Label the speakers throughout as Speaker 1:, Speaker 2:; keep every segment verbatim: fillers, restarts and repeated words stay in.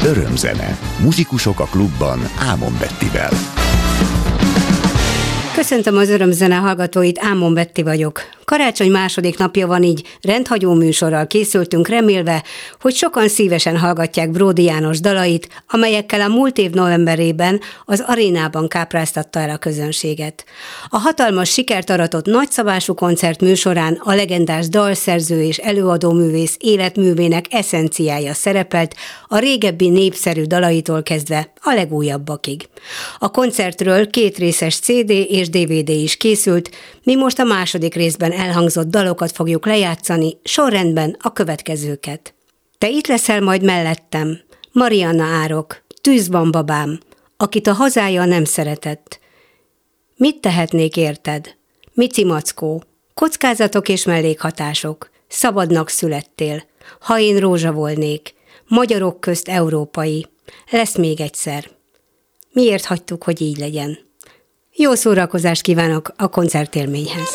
Speaker 1: Örömzene. Muzsikusok a klubban Ámon Bettivel.
Speaker 2: Köszöntöm az Örömzene hallgatóit, Ámon Betti vagyok. Karácsony második napja van, így rendhagyó műsorral készültünk, remélve, hogy sokan szívesen hallgatják Bródy János dalait, amelyekkel a múlt év novemberében az arénában kápráztatta el a közönséget. A hatalmas sikert aratott nagyszabású koncert műsorán a legendás dalszerző és előadóművész életművének eszenciája szerepelt, a régebbi népszerű dalaitól kezdve a legújabbakig. A koncertről két részes cé dé és dé vé dé is készült, mi most a második részben elhangzott dalokat fogjuk lejátszani, sorrendben a következőket. Te itt leszel majd mellettem, Marianna Árok, Tűz van babám, akit a hazája nem szeretett. Mit tehetnék érted? Mici Mackó, Kockázatok és mellékhatások, Szabadnak születtél, Ha én rózsa volnék, Magyarok közt európai, Lesz még egyszer. Miért hagytuk, hogy így legyen? Jó szórakozást kívánok a koncertélményhez!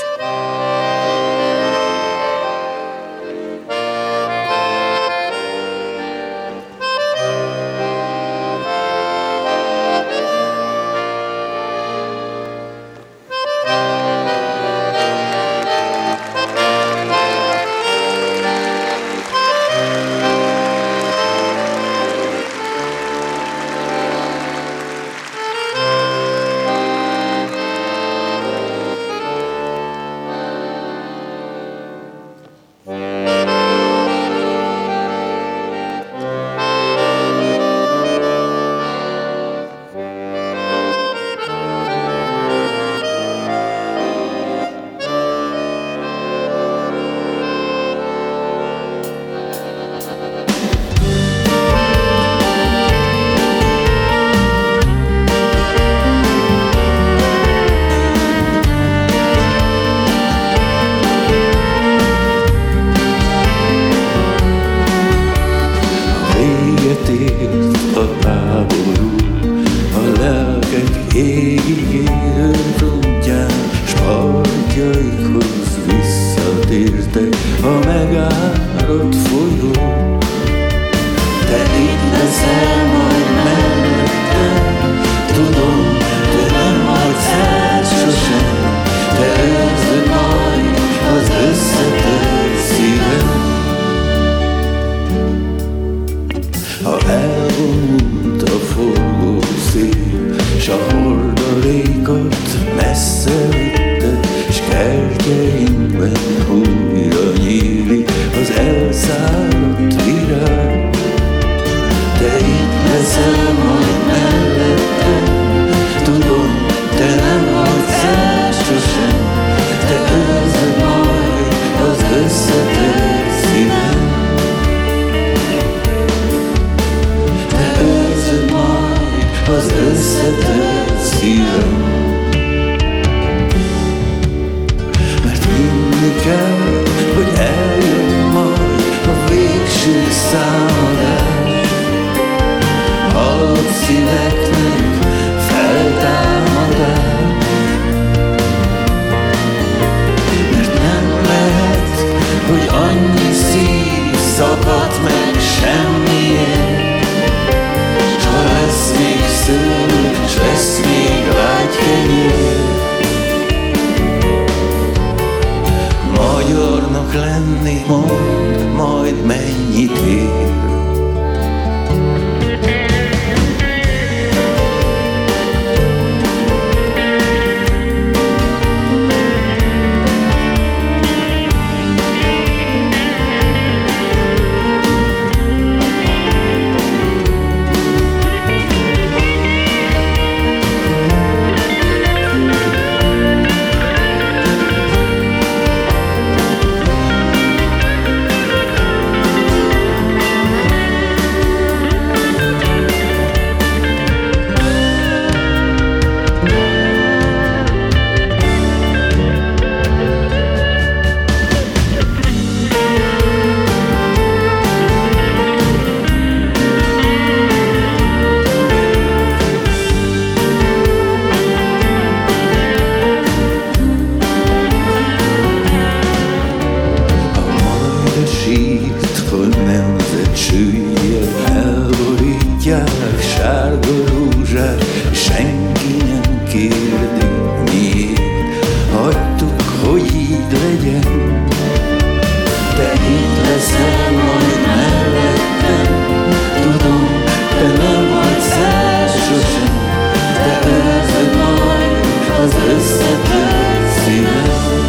Speaker 3: adják sárga rózsát, senki nem kérdi, miért hagytuk, hogy így legyen. Te itt leszel majd mellettem, tudom, te nem hagysz el sosem. Te őrzöd majd az összetört szívem.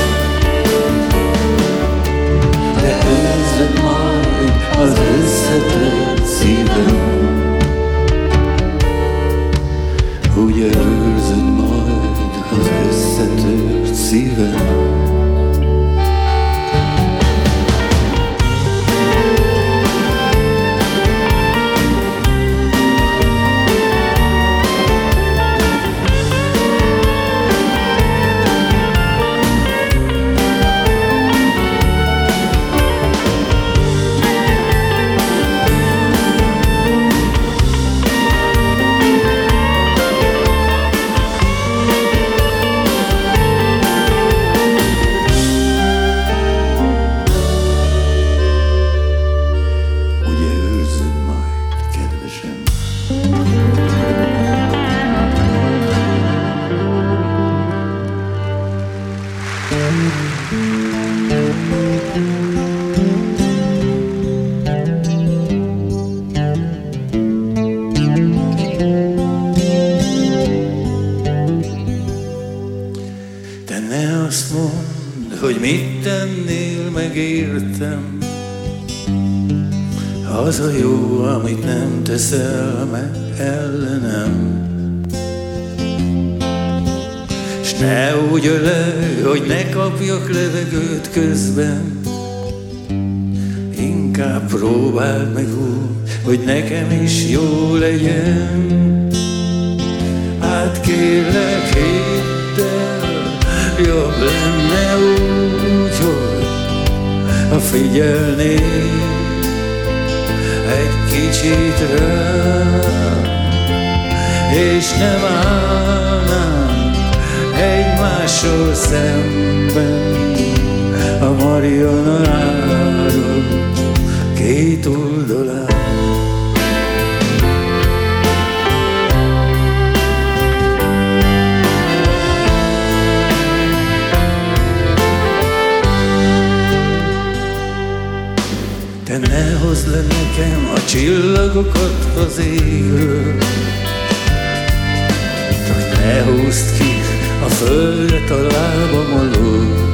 Speaker 3: Te őrzöd majd az összetört szívem. Ugye őrzöd majd az összetört szívem. Az a jó, amit nem teszel meg ellenem. S ne úgy ölej, hogy ne kapjak levegőt közben. Inkább próbáld meg úgy, hogy nekem is jó legyen. Hát kérlek, hidd el, jobb lenne úgy, hogy ha figyelnék egy kicsit rám, és nem állnánk egymással szemben a Mariana áron két oldalán. Te ne hozd le nekem a csillagokat az égről, csak ne húzd ki a földet a lábam alól.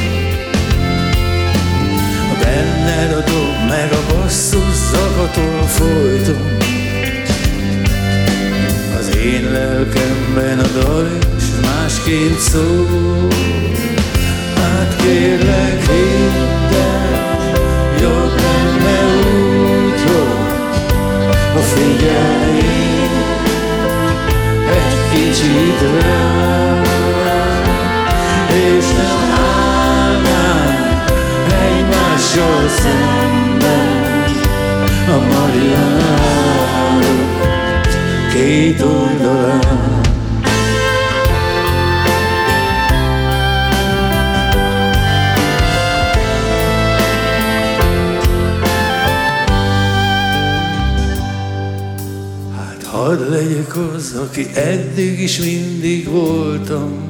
Speaker 3: Benned a dob meg a basszus zakatol folyton, az én lelkemben a dal is másként szól. Hát kérlek, hidd el, jobb lenne úgy, hogy ha figyelnék egy kicsit rám, és nem állnánk egymással szemben a Mariana áron két oldalán. Hadd legyek az, aki eddig is mindig voltam,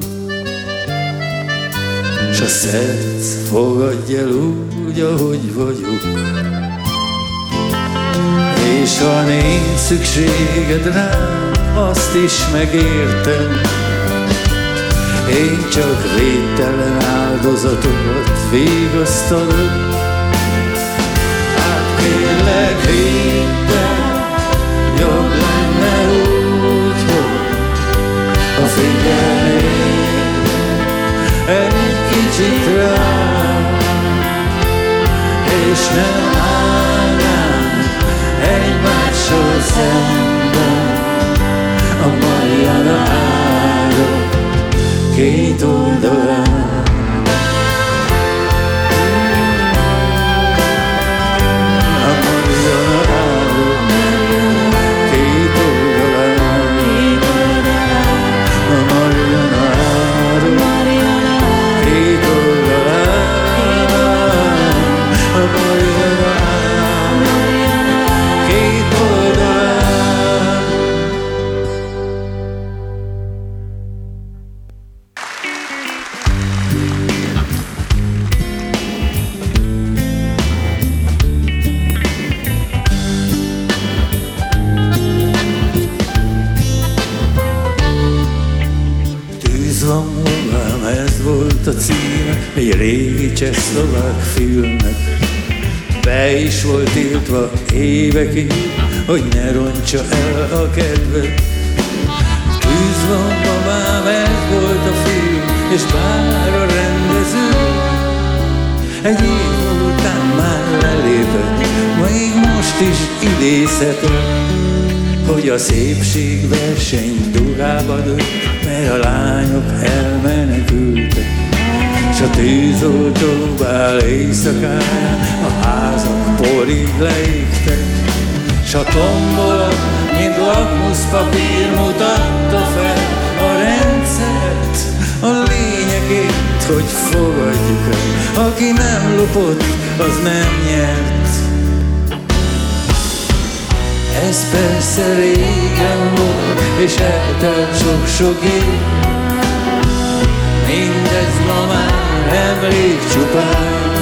Speaker 3: s a szeretsz, fogadj el úgy, ahogy vagyok. És ha nincs szükséged rám, azt is megértem. Én csak védtelen áldozatokat vigasztalok. Hát kérlek, hidd el, jobb lenne úgy, hogy ha figyelnék egy kicsit rám, és nem állnánk egymással szemben a Mariana áron két oldalán. Két oldalán egy régi csehszlovák filmnek. Be is volt tiltva évekig, hogy ne rontsa el a kedvet. Tűzlomba már ez volt a film, és bár a rendező egy év után már lelépett, még most is idézhetem, hogy a szépségverseny dugába dőlt, mert a lányok elmenekültek, s a tűzoltó bál éjszakáján a házak porig leégtek, s a tombola, mint lakmuszpapír mutatta fel a rendszert, a lényegét, hogy fogadjuk el. Aki nem lopott, az nem nyert. Ez persze régen volt, és eltelt sok-sok év. Mindez ma már emlék csupán,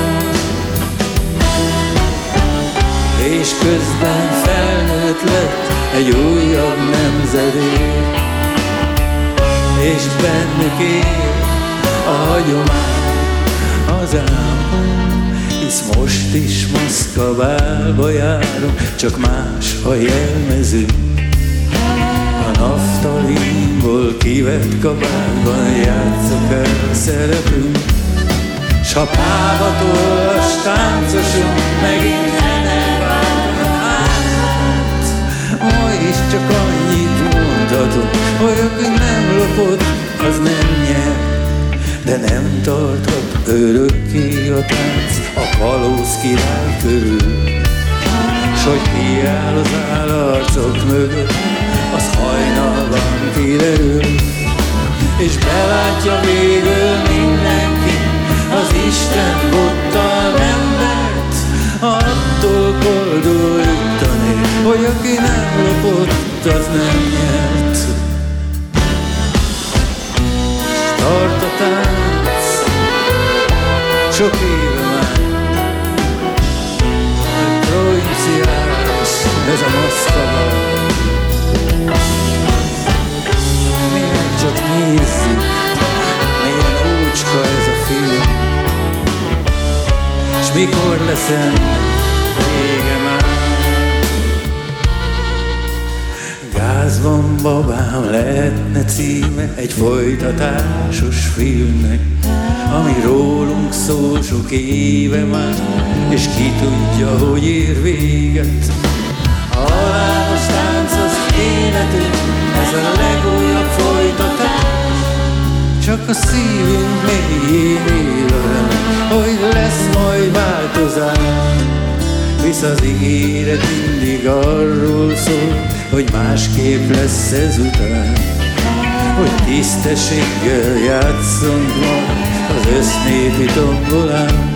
Speaker 3: és közben felnőtt lett egy újabb nemzedék, és bennük él a hagyomány, az álmom, hisz most is Moszkvába járunk, csak más a jelmezünk. A naftalinból kivett kabátban játszok el szerepünk, s ha pávatol a stáncosunk megint elvágnak át. Ma is csak annyit mondhatok, hogy aki nem lopott, az nem nyer. De nem tarthat örökké a tánc a kalóz király körül, s hogy ki áll az állarcok mögött, az hajnalban kiderül, és belátja végül mindenki, az Isten bottal nem vett, attól koldul juttani, hogy aki nem lopott, az nem nyert. Tart a tánc, sok éve már, provinciális ez a Moszkva. Milyen csak nézzük, milyen úcska ez a film, s mikor leszem vége már. Gáz van babám, lehetne címe egy folytatásos filmnek, ami rólunk szól sok éve már, és ki tudja, hogy ér véget. A halálos tánc az életünk, ez a legújabb folytatás, csak a szívünk mélyén él a remény, hogy lesz majd változás. Visz az ígéret mindig arról szól, hogy másképp lesz ezután, hogy tisztességgel játszunk majd az össznépi tombolán.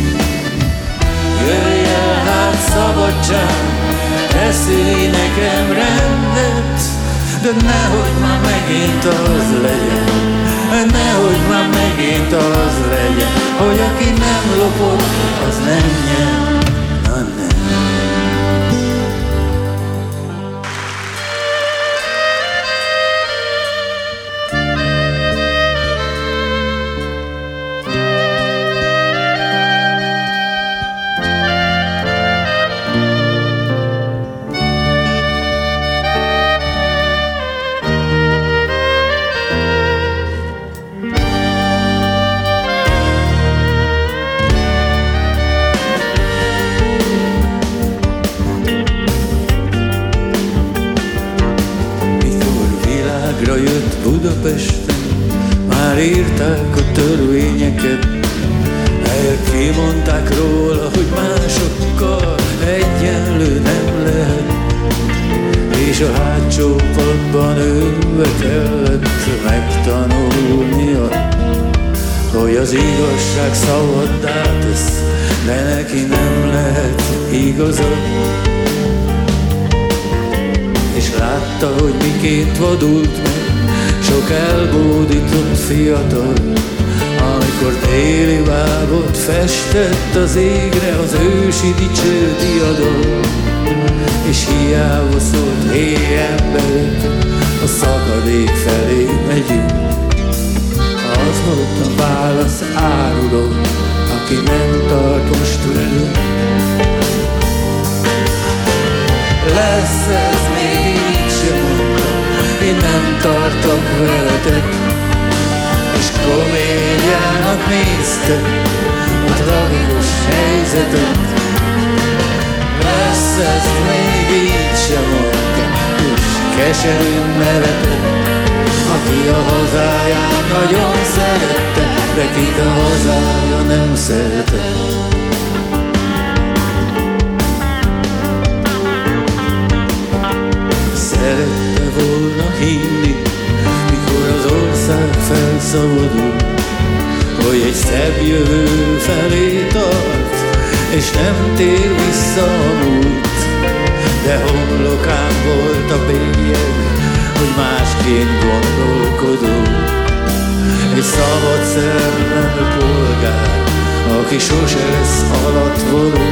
Speaker 3: Jöjj el hát szabadság, teszülj nekem rendet, de nehogy már megint az legyen, nehogy már megint az legyen, hogy aki nem lopott, az nem nyer. Na nem. Jött Budapesten, már írták a törvényeket, melyek kimondták róla, hogy másokkal egyenlő nem lehet, és a hátsó padban ülve kellett megtanulnia, hogy az igazság szabaddá tesz, de neki nem lehet igaza. És látta, hogy miként vadult meg sok elbódított fiatal, amikor téli vágot festett az égre az ősi dicső diadal. És hiába szólt, hé emberek, a szakadék felé megyünk. az volt a válasz, áruló, aki nem tart most velünk. Lesz ez még így sem mondtam, én nem tartok veletek, és komédiának néztek a tragikus helyzetet. Lesz ez még így sem mondtam, és keserűn nevetek, aki a hazáját nagyon szerette, de kit a hazája nem szeretett. Szerette volna hinni, mikor az ország felszabadul, hogy egy szebb jövő felé tart, és nem tér vissza a múlt. De homlokán volt a bélyeg, hogy másként gondolkodó, egy szabad szellemű polgár, aki sose lesz alattvaló.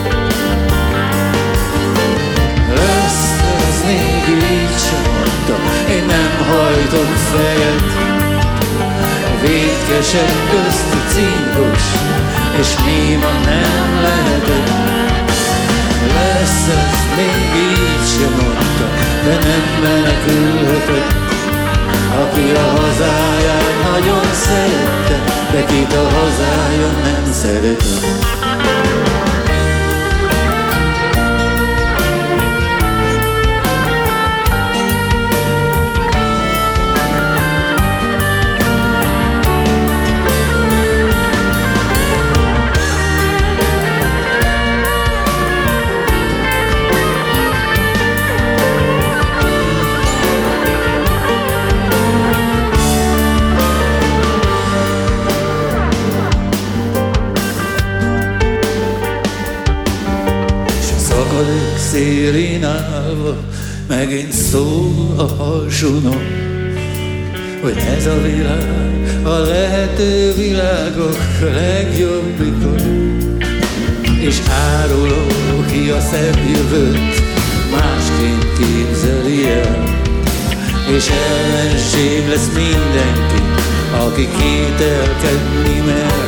Speaker 3: Lesz ez még így sem mondta, én nem hajtok fejet, vétkesek közt cinkos, és néma nem lehetett. Lesz ez még így sem mondta, de nem menekülhetek, aki a hazáját nagyon szerette, de kit a hazája nem szeretett. Szélén állva megint szól a alsónom, hogy ez a világ a lehető világok legjobbikor, és áruló, ki a szebb jövőt másként képzeli el, és ellenség lesz mindenki, aki kételkedni mer.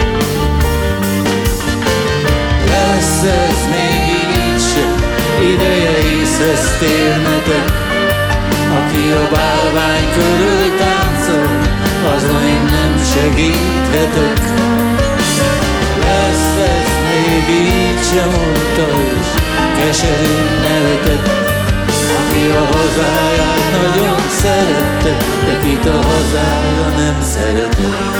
Speaker 3: Lesz ez még ideje észhez térnetek, aki a bálvány körül táncol, azon én nem segíthetek. Lesz ez még így sem mondta, és keserűn nevetett, aki a hazáját nagyon szerette, de kit a hazája nem szeretett.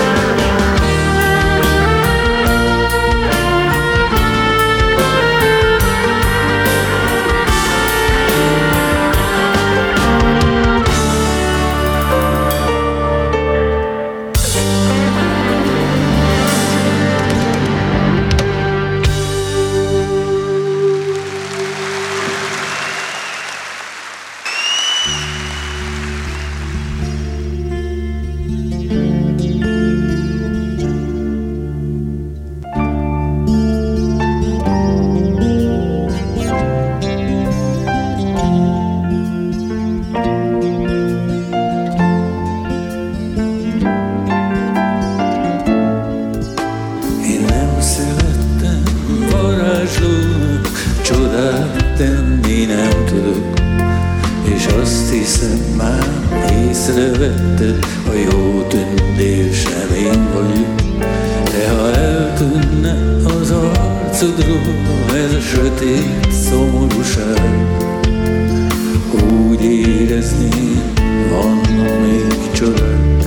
Speaker 3: Észrevetted, a jó tündér sem én vagyok, de ha eltűnne az arcodról ez a sötét szomorúság, úgy érezném, van még csodák.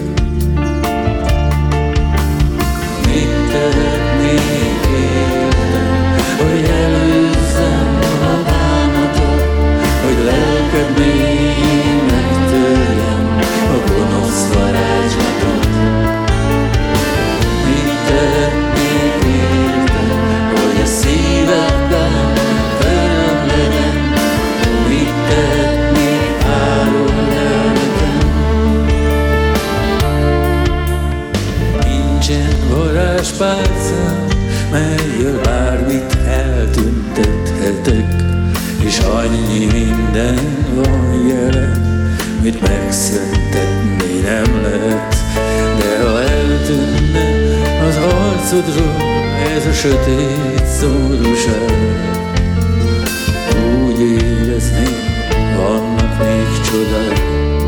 Speaker 3: Mit tehetnék érte, hogy előzzem a bánatot, hogy lelked mélyén megtörjem a gonosz varázslatot. Mit tehetnék érte, hogy a szívedben öröm legyen, mit tehetnék árul lelkem. arcodról ez a sötét szomorúság. Úgy érezném, vannak még csodák.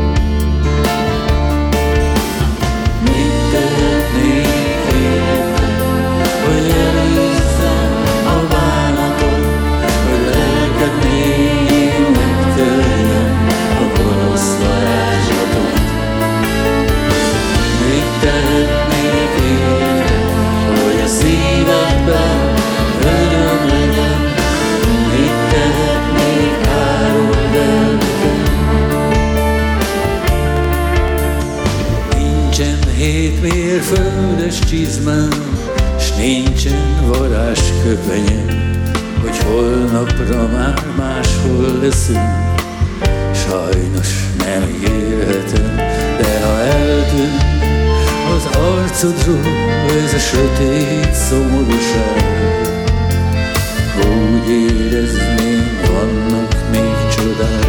Speaker 3: Mit tehetnék én, hogy elűzzem a bánatot, hogy lelked mélyén megtörjem a gonosz varázslatot. Mit tehetnék én, hogy a szívedben öröm legyen. Mit tehetnék, áruld el nekem. Nincsen hét mérföldes csizmám, s nincsen varázsköpenyem, hogy holnapra már máshol leszünk. Sajnos nem érhetem, de ha eltűnt az arcodról ez a sötét szomorúság, úgy érezném, vannak még csodák.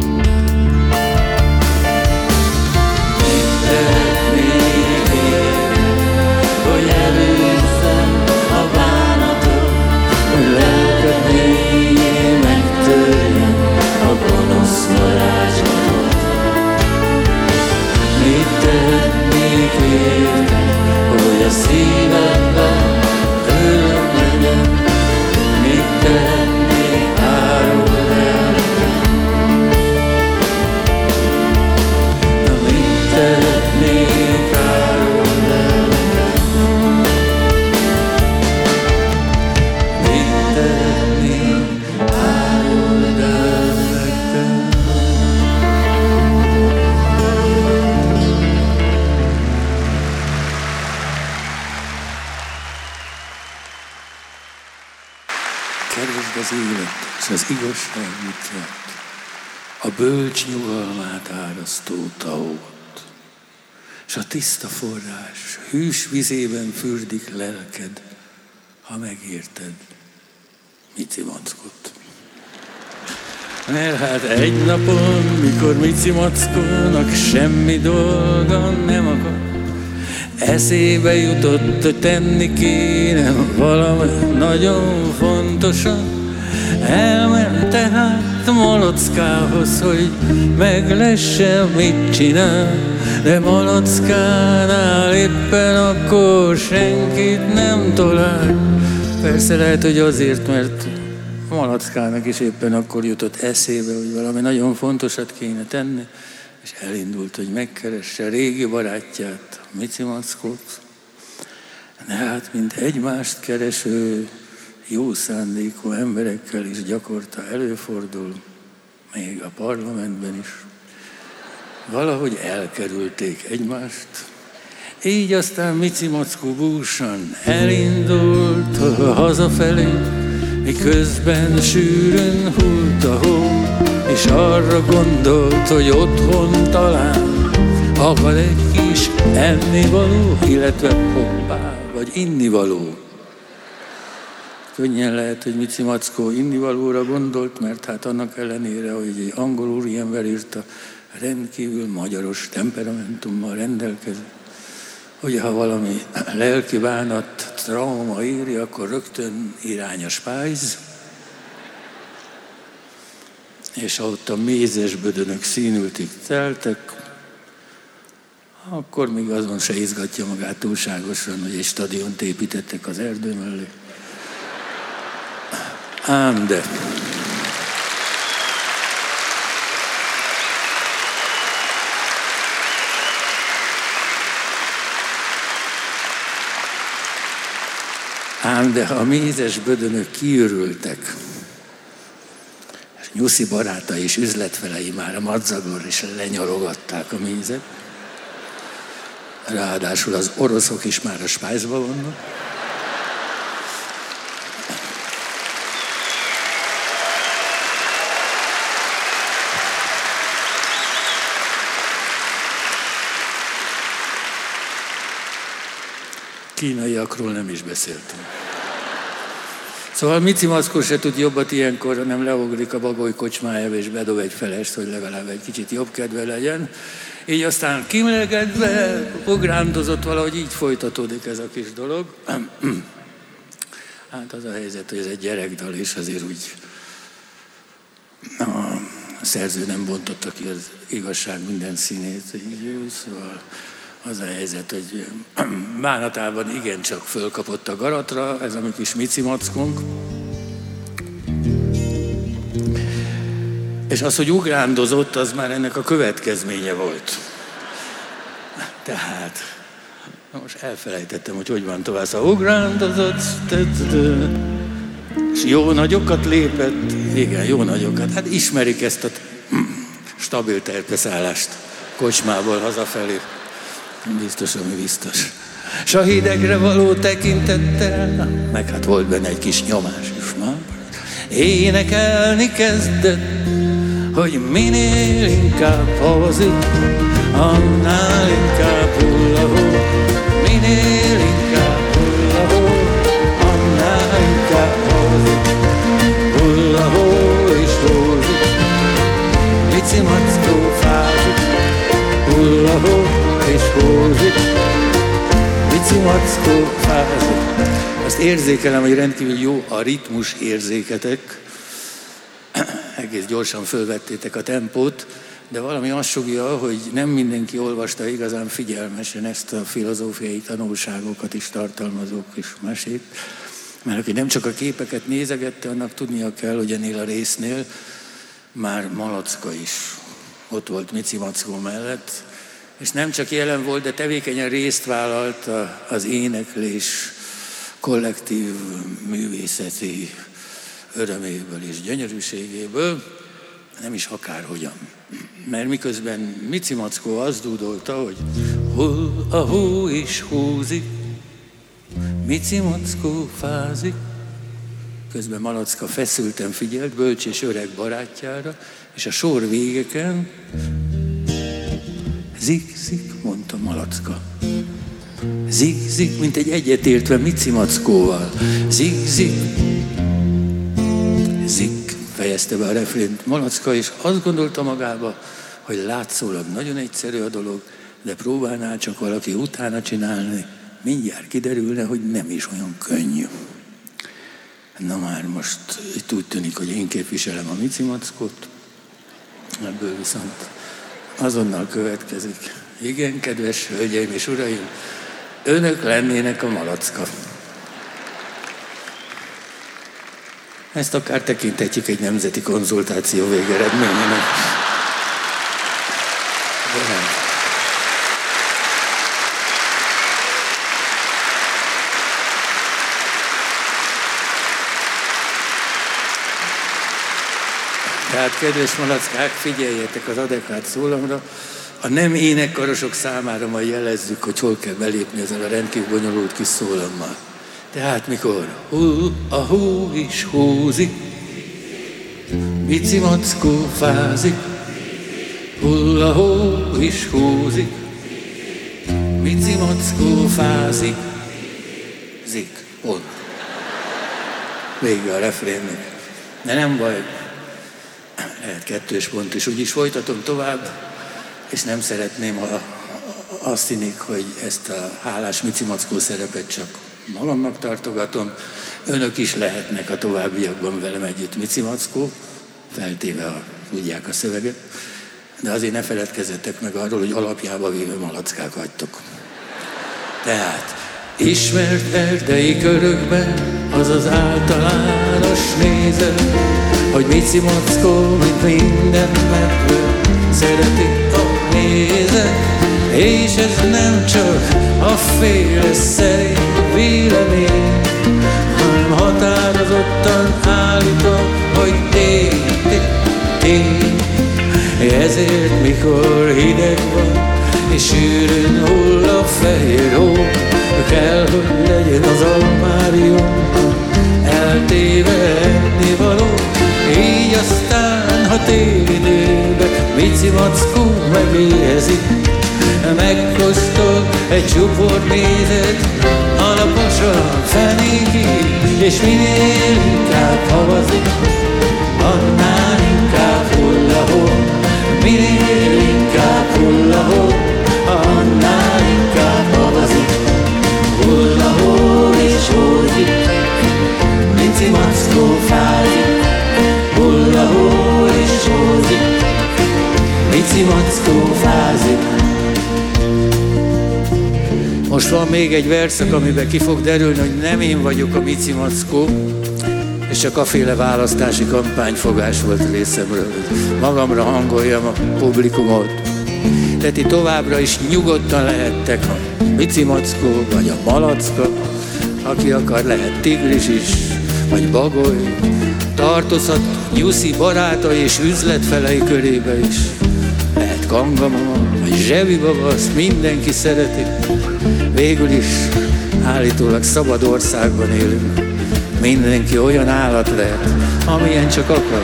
Speaker 3: Mit tehetnék én, hogy elűzzem a bánatot, hogy lelked mélyén megtörjem a gonosz varázslatot. Mit tehetnék én, hogy a szívedben öröm legyen. Mit tehetnék, áruld el nekem. Na mit tehetnék, áruld el nekem. Mit tehetnék, áruld el nekem. Keresd az élet, és az igazság útját, a bölcs nyugalmát árasztó taót, és a tiszta forrás hűs vizében fürdik lelked, ha megérted Mici Mackót. Mert hát egy napon, mikor Mici Mackónak semmi dolga nem akar, eszébe jutott, hogy tenni kéne valami nagyon fontosan. Elment tehát Malackához, hogy meglesse, mit csinál. De Malackánál éppen akkor senkit nem talál. Persze lehet, hogy azért, mert Malackának is éppen akkor jutott eszébe, hogy valami nagyon fontosat kéne tenni, és elindult, hogy megkeresse régi barátját, Mici Mackót. De hát, mint egymást kereső, jó szándékú emberekkel is gyakorta előfordul, még a parlamentben is. Valahogy elkerülték egymást. Így aztán Mici Mackó búsan elindult hazafelé, miközben sűrűn hult a hó, és arra gondolt, hogy otthon talán akad egy kis ennivaló, illetve hoppá, vagy innivaló. Könnyen lehet, hogy Mici Mackó innivalóra gondolt, mert hát annak ellenére, hogy egy angol úriember írta, rendkívül magyaros temperamentummal rendelkezik, hogy ha valami lelki bánat, trauma éri, akkor rögtön irány a spájz, és ha ott a mézes bödönök színültig teltek, akkor még azon se izgatja magát túlságosan, hogy egy stadiont építettek az erdő mellé. Ám de... Ám de ha a mézes bödönök kiürültek, és Nyuszi baráta és üzletfelei már a madzagon is lenyarogatták a mézet, ráadásul az oroszok is már a spájzba vannak, kínaiakról nem is beszéltünk. Szóval Mici Mackó se tud jobbat ilyenkor, hanem leugrik a Bagoly kocsmájába és bedob egy felest, hogy legalább egy kicsit jobb kedve legyen. Így aztán kimelegedve, ugrándozott, valahogy így folytatódik ez a kis dolog. Hát az a helyzet, hogy ez egy gyerekdal, és azért úgy a szerző nem bontotta ki az igazság minden színét. Így, szóval az a helyzet, hogy bánatában igencsak fölkapott a garatra, ez a mi kis micimackunk. És az, hogy ugrándozott, az már ennek a következménye volt. Tehát, most elfelejtettem, hogy hogy van tovább. Szóval ugrándozott, és jó nagyokat lépett, igen, jó nagyokat. Hát ismerik ezt a stabil terpeszállást kocsmából hazafelé. Biztos, ami biztos. S a hidegre való tekintettel, meg hát volt benne egy kis nyomás is már. Énekelni kezdett, hogy minél inkább havazik, annál inkább hull a hó. Minél inkább hull a hó, annál inkább havazik. Hull a hó és hózik, Mici mackó fázik. Hull a hó és hózik, Mici mackó fázik. Azt érzékelem, hogy rendkívül jó a ritmus érzéketek. Egész gyorsan fölvettétek a tempót, de valami azt sugja, hogy nem mindenki olvasta igazán figyelmesen ezt a filozófiai tanulságokat is tartalmazó kis mesét. Mert aki nem csak a képeket nézegette, annak tudnia kell, hogy ennél a résznél már Malacka is ott volt Mici mackó mellett, és nem csak jelen volt, de tevékenyen részt vállalt az éneklés kollektív művészeti öröméből és gyönyörűségéből, nem is akárhogyan. Mert miközben Mici mackó azt dúdolta, hogy hull a hó is húzik, Mici mackó fázik, közben Malacka feszülten figyelt bölcs és öreg barátjára, és a sor végeken zik-zik, mondta Malacka. Zik-zik, mint egy egyetértve Mici mackóval. Zik-zik, zik, fejezte be a refrént Malacka, és azt gondolta magába, hogy látszólag nagyon egyszerű a dolog, de próbálnál csak valaki utána csinálni, mindjárt kiderülne, hogy nem is olyan könnyű. Na már most itt úgy tűnik, hogy én képviselem a Mici mackót, ebből viszont azonnal következik. Igen, kedves hölgyeim és uraim, önök lennének a Malacka. Ezt akár tekinthetjük egy nemzeti konzultáció végeredményének. Tehát, kedves malackák, figyeljetek az adekvát szólamra. A nem énekkarosok számára majd jelezzük, hogy hol kell belépni ezzel a rendkívül bonyolult kis szólammal. Tehát mikor hull a hó is húzik, Mici mackó fázik, hull a hó is húzik, Mici mackó fázik, zik, pont. Vége a refrénnek. De nem baj, lehet kettős pont is, úgyis folytatom tovább, és nem szeretném, ha azt hinnék, hogy ezt a hálás Mici mackó szerepet csak magamnak tartogatom. Önök is lehetnek a továbbiakban velem együtt Mici mackó, feltéve, ha tudják a szöveget, de azért ne feledkezzetek meg arról, hogy alapjába véve malackák vagytok. Tehát ismert erdei körökben az az általános nézet, hogy Mici mackó, mint minden medve, szereti a mézet, és ez nem csak a féle szerint vélemény, hanem határozottan állítom, hogy tény, tény. Ezért mikor hideg van, és sűrűn hull a fehér hó, kell, hogy legyen az almáriumban eltéve ennivaló. Így aztán, ha téridőben Mici mackó megéhezik, megkóstol egy csupor mézet, alaposan fenékig, és minél inkább havazik, annál inkább hull a hó. Minél inkább hullahó, annál inkább havazik. Hullahó és hózik, Mici Mackó fázik. Hullahó és hózik, Mici Mackó fázik. Most van még egy verszak, amiben ki fog derülni, hogy nem én vagyok a Mici Mackó, és csak aféle választási kampányfogás volt részemről, hogy magamra hangoljam a publikumot. De ti továbbra is nyugodtan lehettek a Mici Mackó, vagy a Malacka, aki akar, lehet tigris is, vagy bagoly. Tartozhat Nyuszi barátai és üzletfelei körébe is. Lehet kangamama, vagy zsebibaba, azt mindenki szereti. Végül is állítólag szabad országban élünk. Mindenki olyan állat lehet, amilyen csak akar.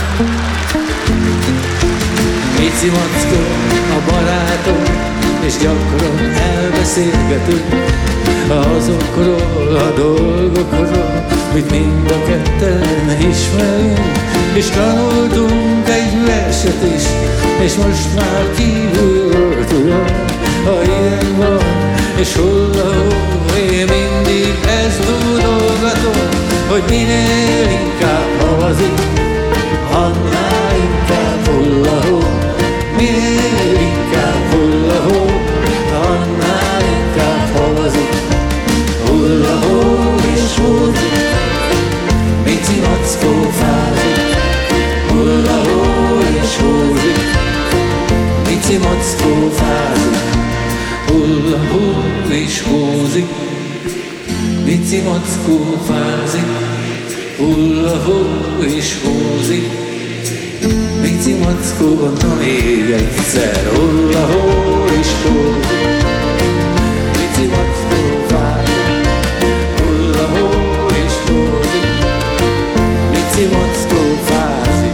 Speaker 3: Mici Mackó a barátom, és gyakran elbeszélgetünk azokról a dolgokról, mit mind a ketten ismerünk. És tanultunk egy verset is, és most már kívülről tudom, ha ilyen van, és hullahó, én mindig ezt tudogatom, hogy minél inkább havazik, annál inkább hullahó. Minél inkább hullahó, annál inkább havazik. Hullahó és hózik, Mici Mackó fázik. Hullahó és hózik, Mici Mackó fázik. Hullahó és hózik, Mici Mackó fázik. Hullahó és hózik, Mici Mackó, na még egyszer. Hullahó és hózik, Mici Mackó fázik. Hullahó és hózik, Mici Mackó fázik.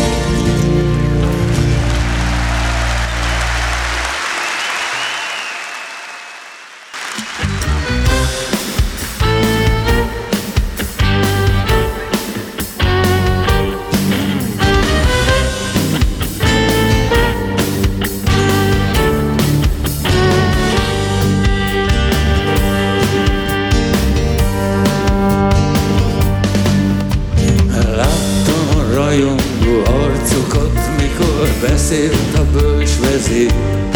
Speaker 3: Beszélt a bölcs vezér,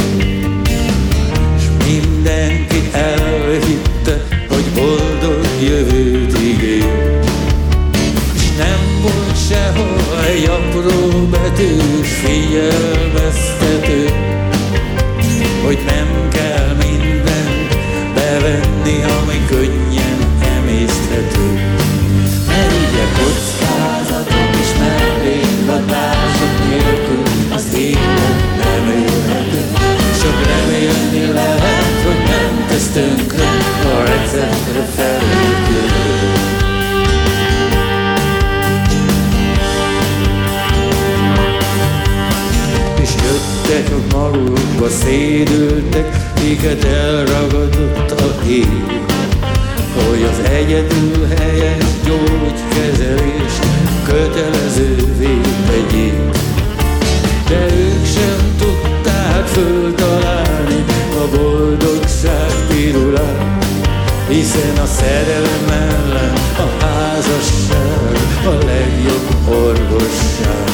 Speaker 3: s mindenki elhitte, hogy boldog jövőt ígér. S nem volt sehol egy apró betűs figyelmeztető, hogy nem kell mindent bevenni, ami könnyen emészthető. Mert ugye kockázatok és mellékhatások nélkül az élet nem élhető. Csak remélni lehet, hogy nem tesz tönkre a receptre felépülő. És jöttek a magukba, szédültek, kiket elragadott a ég, hogy az egyedül helyes gyógykezelés kötelezővé tegyék. De ők sem tudták föltalálni a boldogság pirulát, hiszen a szerelem ellen a házasság a legjobb orvosság.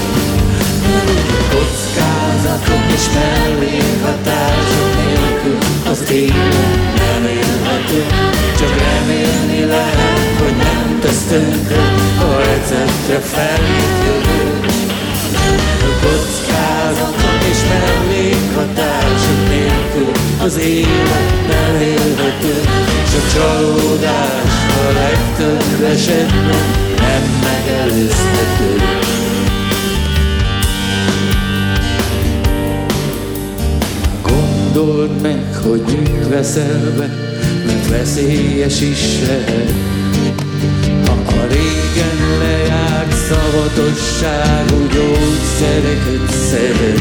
Speaker 3: Kockázatok és mellékhatások nélkül az élet nem élhető. Csak remélni lehet, hogy nem tesz tönkre a receptre felét jövő. Kockázatok és mellékhatások nélkül az élet nem élhető. Csak csalódás a legtöbb esetben nem megelőzhető. Gondold meg, hogy mit veszel be, mert veszélyes is lehet. Ha a régen lejárt szavatosságú gyógyszereket szeded,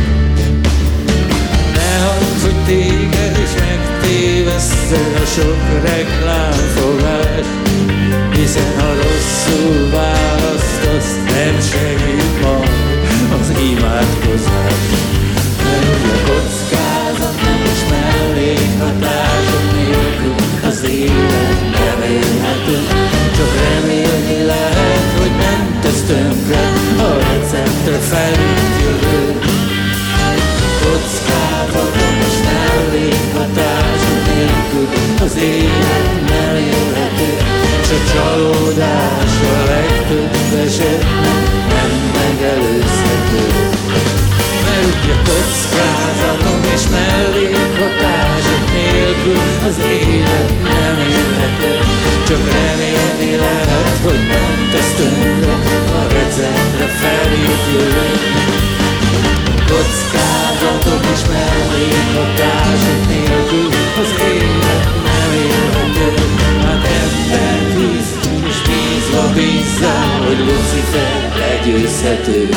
Speaker 3: ne hagyd, hogy téged is megtévesszen a sok reklámfogás, hiszen ha rosszul választasz, nem segít majd az imádkozás. Mert a kockás tönkre, a receptre felült jövő. Kockázatok és mellékhatások nélkül az élet nem élhető, s a csalódás a legtöbb esetben nem megelőzhető. Mert ugye kockázatok és mellékhatások nélkül az élet nem élhető, csak remélni lehet, hogy nem tesz tönkre a receptre felét jövő. Kockázatok és mellékhatások nélkül az élet nem élhető. Hát ebben hisz, és bízva bízzál, hogy Lucifer legyőzhető.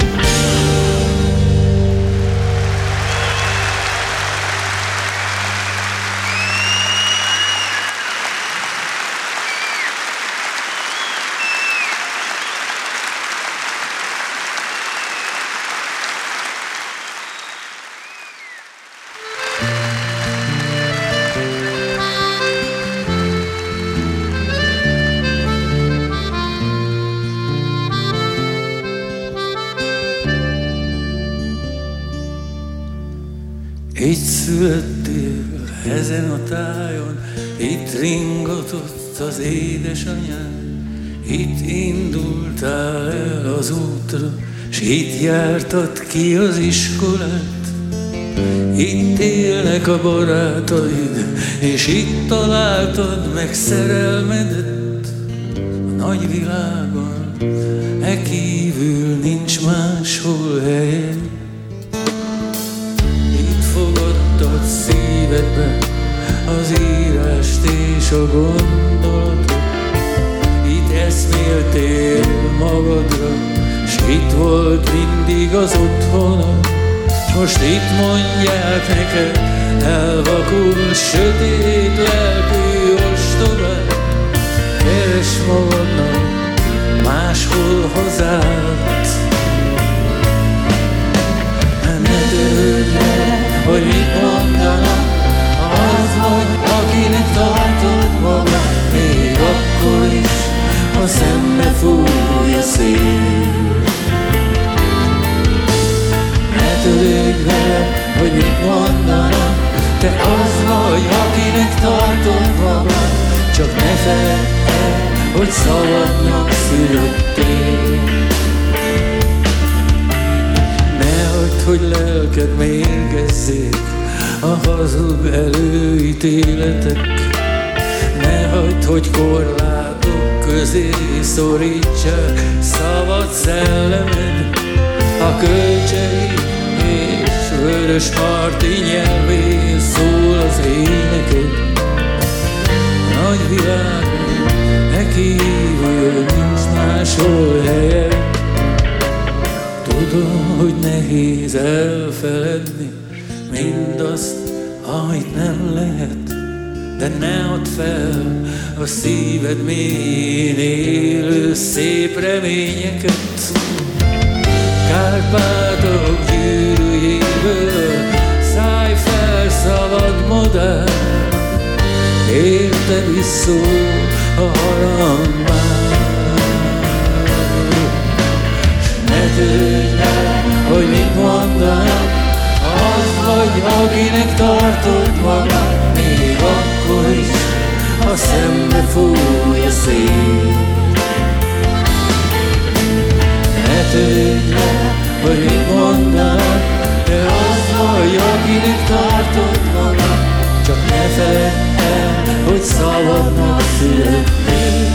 Speaker 3: Itt születtél ezen a tájon, itt ringatott az édesanyád, itt indultál el az útra, s itt jártad ki az iskolát. Itt élnek a barátaid, és itt találtad meg szerelmedet. A nagy világon e kívül nincs máshol helyed. Fogadtad szívedbe az írást és a gondolatot. Itt eszméltél magadra, s itt volt mindig az otthonod. Most itt mondják neked, elvakult, sötét lelkű ostobát. Keresd magadnak máshol hazát. Ne törőd le, hogy mit mondanak, az vagy, akinek tartod magad, még akkor is, ha szembe fúj a szél. Ne törődj vele, hogy mit mondanak, te az vagy, akinek tartod magad, csak ne feledd el, hogy szabadnak születtél. Hogy lelked mérgezzék a hazug előítéletek. Ne hagyd, hogy korlátok közé szorítsák szabad szellemed. A kölcsei és vörös marti nyelvén szól az éneked. A nagy világon ne kívül nincs máshol helyed. Tudom, hogy nehéz elfeledni mindazt, amit nem lehet, de ne add fel a szíved mélyén élő szép reményeket. Kárpátok gyűrűjéből szállj fel, szabad modell, érted is szól a harangmár. Ne törődj el, hogy mit mondanak, az vagy, akinek tartod magad, még akkor is, ha szembe fúj a szél. Ne törődj el, hogy mit mondanak, te az vagy, akinek tartod magad, csak ne feledd el, hogy szabadnak születtél.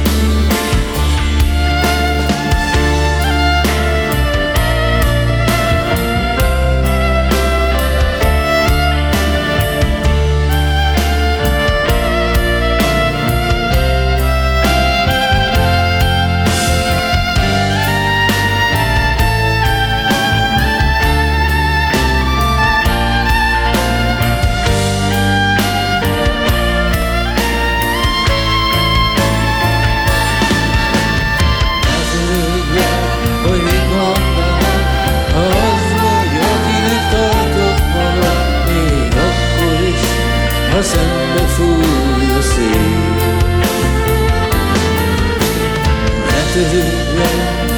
Speaker 3: Szembe fúj a szél. Ne törődj el,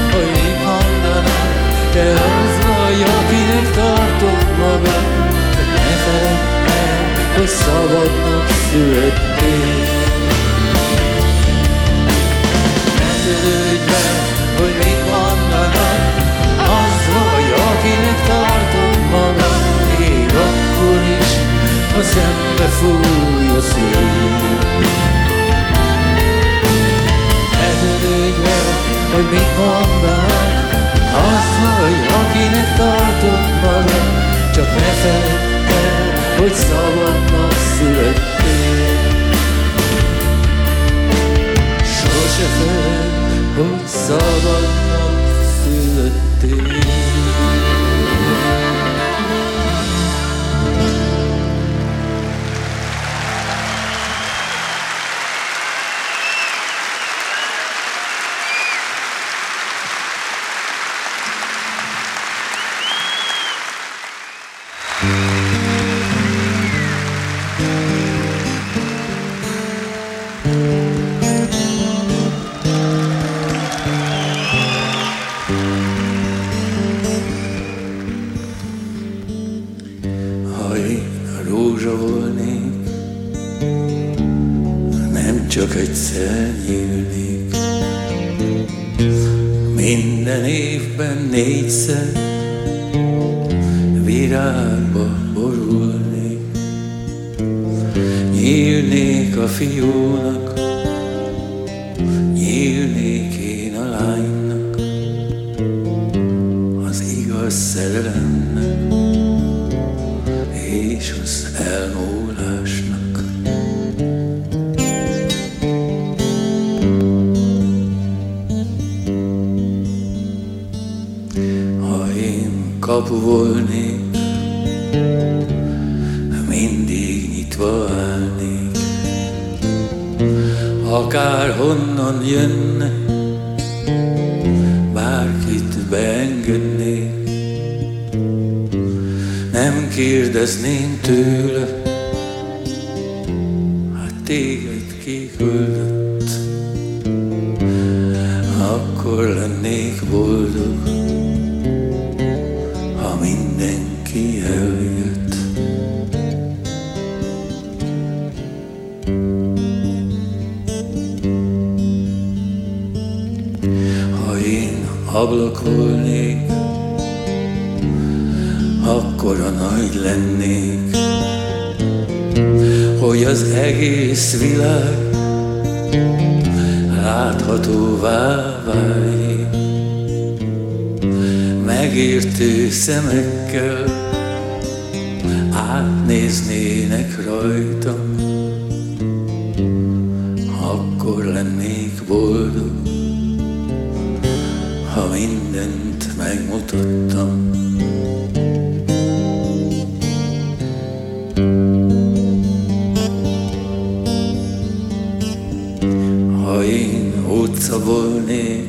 Speaker 3: szabadnak születtél. Ne törődj be, hogy mit mondanak, az vagy, akinek tartod magad, még akkor is, ha szembe fúj a szél. Ne törődj be, hogy mit mondanak, az vagy, akinek tartod magad, csak ne feledd el, hogy szabadnak születtél. Sose feledd, hogy szabadnak születtél. Csak egyszer nyílnék, minden évben négyszer virágba borulnék. Nyílnék a fiúnak, nyílnék én a lánynak, az igaz szerelemnek és az elmúlásnak. Kapu volnék, mindig nyitva állnék, akárhonnan jönne, bárkit beengednék. Nem kérdezném tőle, hát téged kiküldött, akkor lennék boldog, mindenki eljött. Ha én ablak volnék, akkora nagy lennék, hogy az egész világ láthatóvá váljék. Megértő szemekkel átnéznének rajtam, akkor lennék boldog, ha mindent megmutattam. Ha én utca volnék,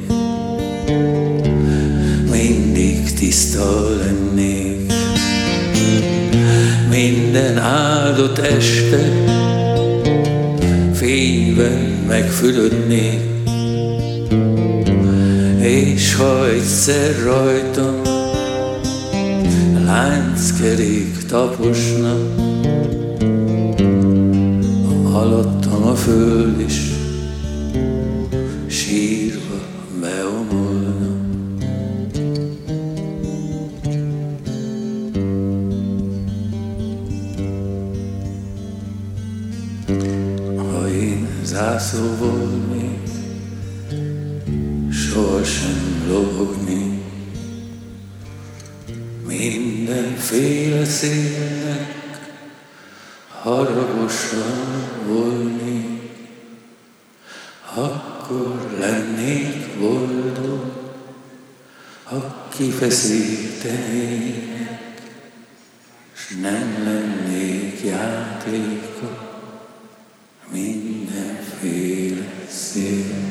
Speaker 3: mindig tiszta lennék, minden áldott este fényben megfürödnék, és ha egyszer rajtam lánckerék taposna, alattam a föld is sírva beomolna. Zászló volnék, sohasem lobognék, mindenféle szélnek haragosan volnék, akkor lennék boldog, ha kifeszítenének, s nem lennék játéka mindenféle szélnek.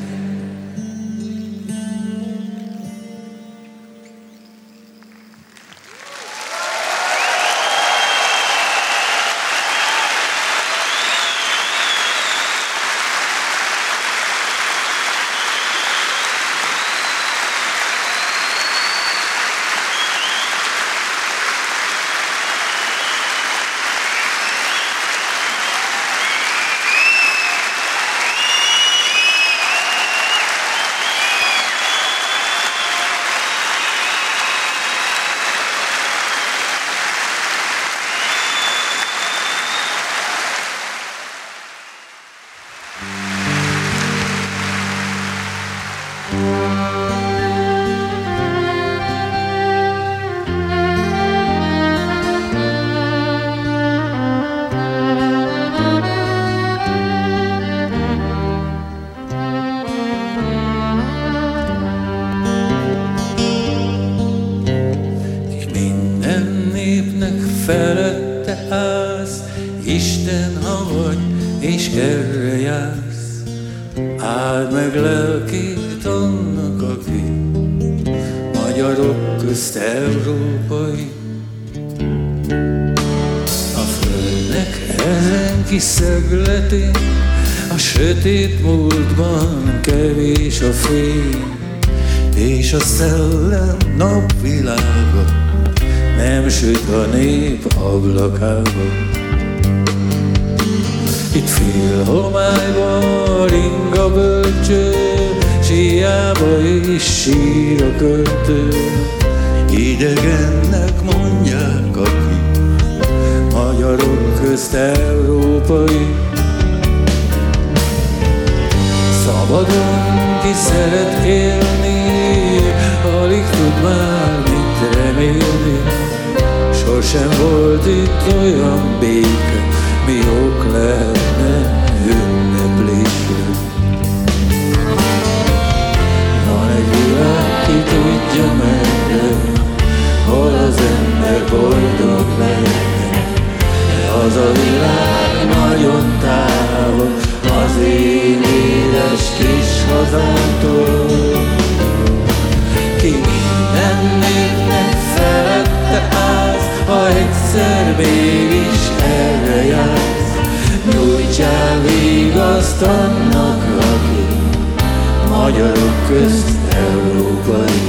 Speaker 3: is erre jársz, áld meg lelkét annak, aki magyarok közt európai. A földnek ezen kis szegletén, a sötét múltban kevés a fény, és a szellem napvilága nem süt a nép ablakába. Itt fél homályban ring a bölcső, s hiába is sír a költő. Idegennek mondják, aki magyarok közt európai. Szabadon ki szeret élni, alig tud már mit remélni. Sosem volt itt olyan béke, mi ok lehetne ünneplésre. Van egy világ, ki tudja merre, hol az ember boldog lehetne. Az a világ nagyon távol az én édes kis hazámtól. Ki minden népnek felette állsz, ha egyszer mégis erre jársz. Nyújtsál vigaszt annak, aki magyarok közt európai.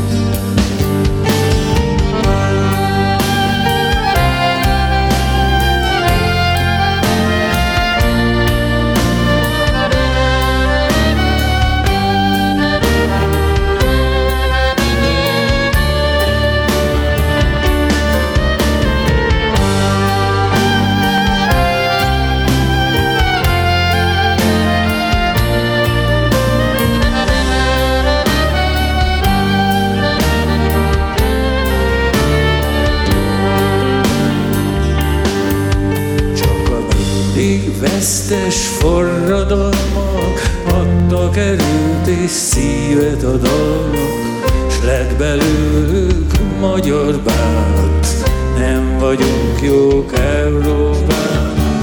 Speaker 3: Vesztes forradalmak adtak erőt és szívet a dalnak, s lett belőlük magyar bálat, nem vagyunk jók Európának.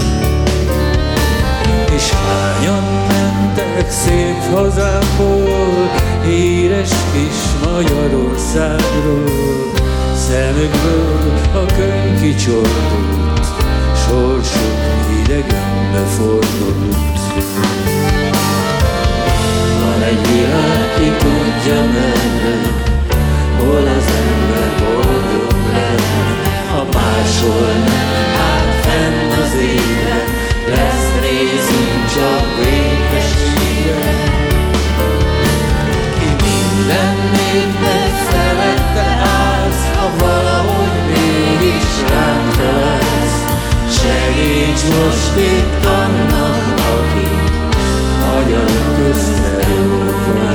Speaker 3: És hányan mentek szép hazából, híres kis Magyarországról. Szemükből a könyv kicsordult, sorsuk idegenbe fordult. Van egy világ, ki tudja merre, hol az ember boldog lenne. Ha máshol nem áll fenn az élet, lesz részünk csak békességre. Ki minden népnek felette állsz, ha valahogy mégis ránk találsz. Segíts most itt annak, aki magyarok közt európai.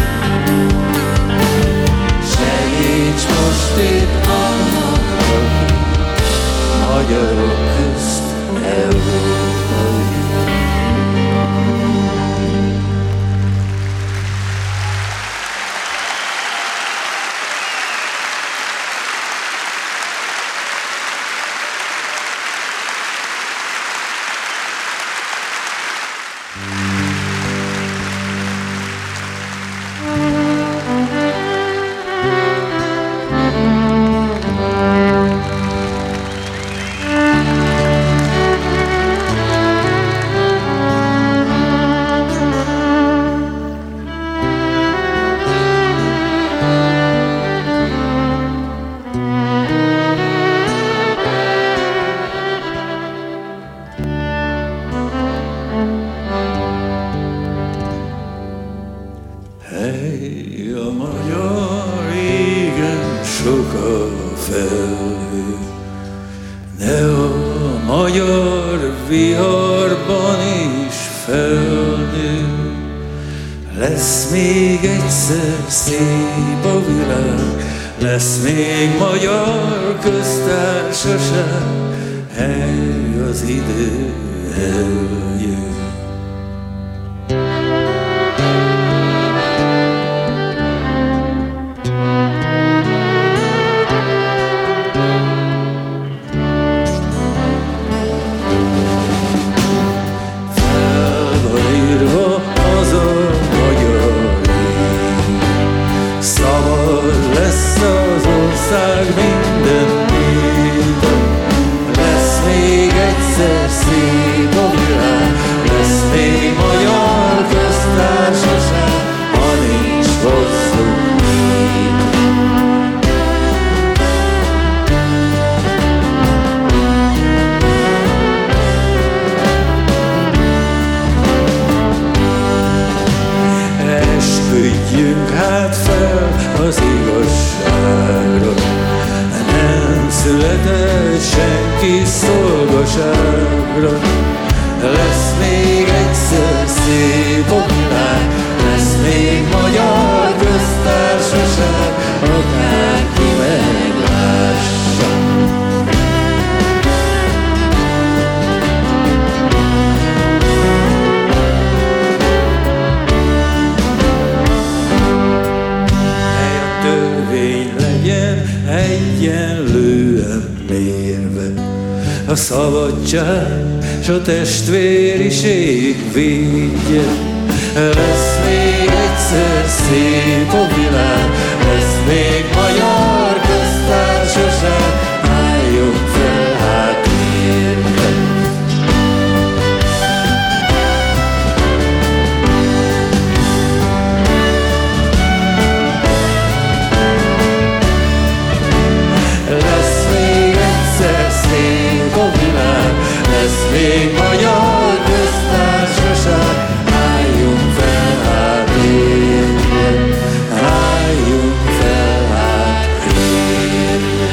Speaker 3: Segíts most itt annak, aki magyarok közt európai. Szép a világ, lesz még magyar köztársaság, hely az idő eljön. ország minden nép. Lesz még egyszer szép a világ, lesz még magyar köztársaság, ha nincs hosszú nép. Esküdjünk hát fel az igazságra, nem született senki szolgaságra. Lesz még egyszer szép a világ, lesz még magyar köztársaság, akárki meglássa. Egyenlően mérve a szabadság s a testvériség védje. Lesz még egyszer szép a világ, lesz még magyar köztársaság, álljunk fel hát érte. Lesz még magyar köztársaság, álljunk fel hát érte, álljunk fel hát érte.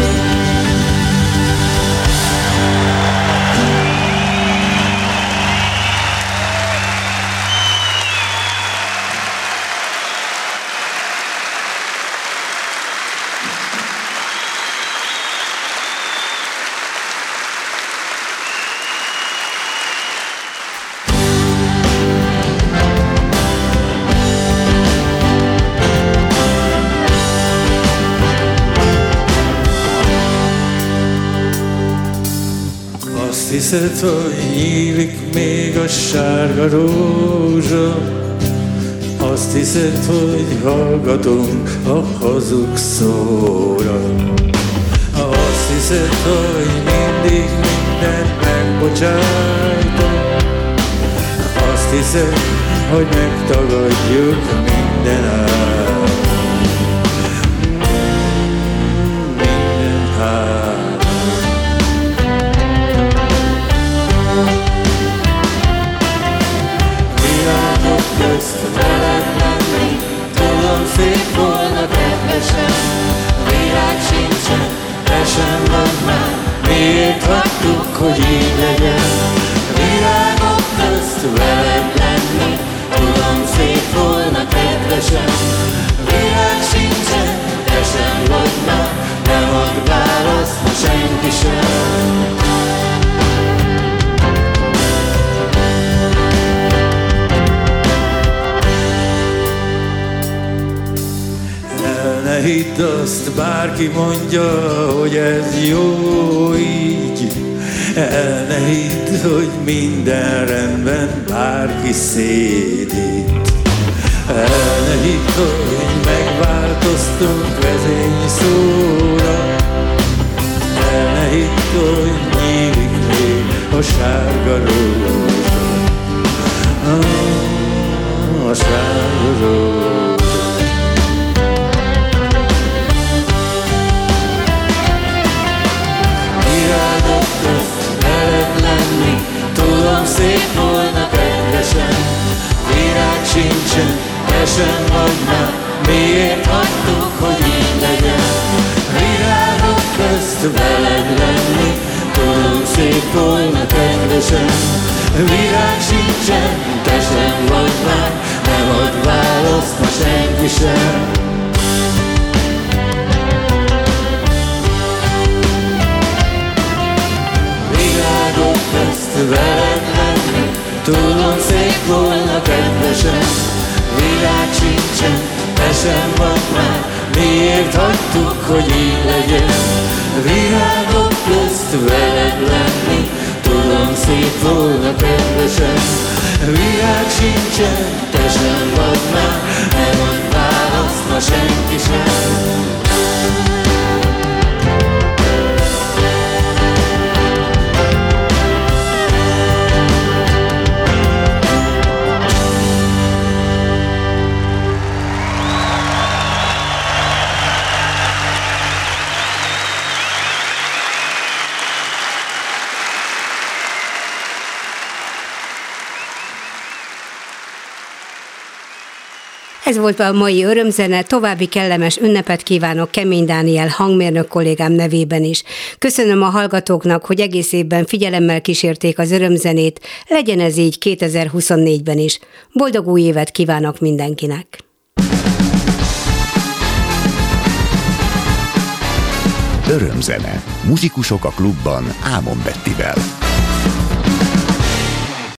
Speaker 3: Azt hiszed, hogy nyílik még a sárga rózsa, azt hiszed, hogy hallgatunk a hazug szóra. Azt hiszed, hogy mindig mindent megbocsájtunk, azt hiszed, hogy megtagadjuk minden át. Minden át. Veled lenni, tudom szép volna kedvesen, világ sincsen, te sem vagy már, miért hagytuk, hogy így legyen? Virágok közt veled lenni, tudom szép volna kedvesen, világ sincsen, te sem vagy már, nem ad választ ma senki sem. Ne hidd azt, bárki mondja, hogy ez jó így. El ne hidd, hogy minden rendben, bárki szédít. El ne hidd, hogy megváltoztunk vezényszóra. El ne hidd, hogy nyílik még a sárga rózsa. A sárga rózsa. Tudom szép volna kedvesen, virág sincsen, te sem vagy már, miért hagytuk, hogy így legyen? Virágok közt veled lenni, tudom szép volna kedvesen, virág sincsen, te sem vagy már, nem ad választ ma senki sem. Veled lenni, tudom szép volna kedvesen, világ sincsen, te sem vagy már, miért hagytuk, hogy így legyen? Virágok közt veled lenni, tudom szép volna kedvesen, világ sincsen, te sem vagy már, nem ad választ ma senki sem.
Speaker 2: Ez volt a mai örömzene, további kellemes ünnepet kívánok Kemény Dániel hangmérnök kollégám nevében is. Köszönöm a hallgatóknak, hogy egész évben figyelemmel kísérték az örömzenét, legyen ez így kétezer-huszonnégyben is. Boldog új évet kívánok mindenkinek!
Speaker 1: Örömzene. Muzsikusok a klubban Ámon Bettivel.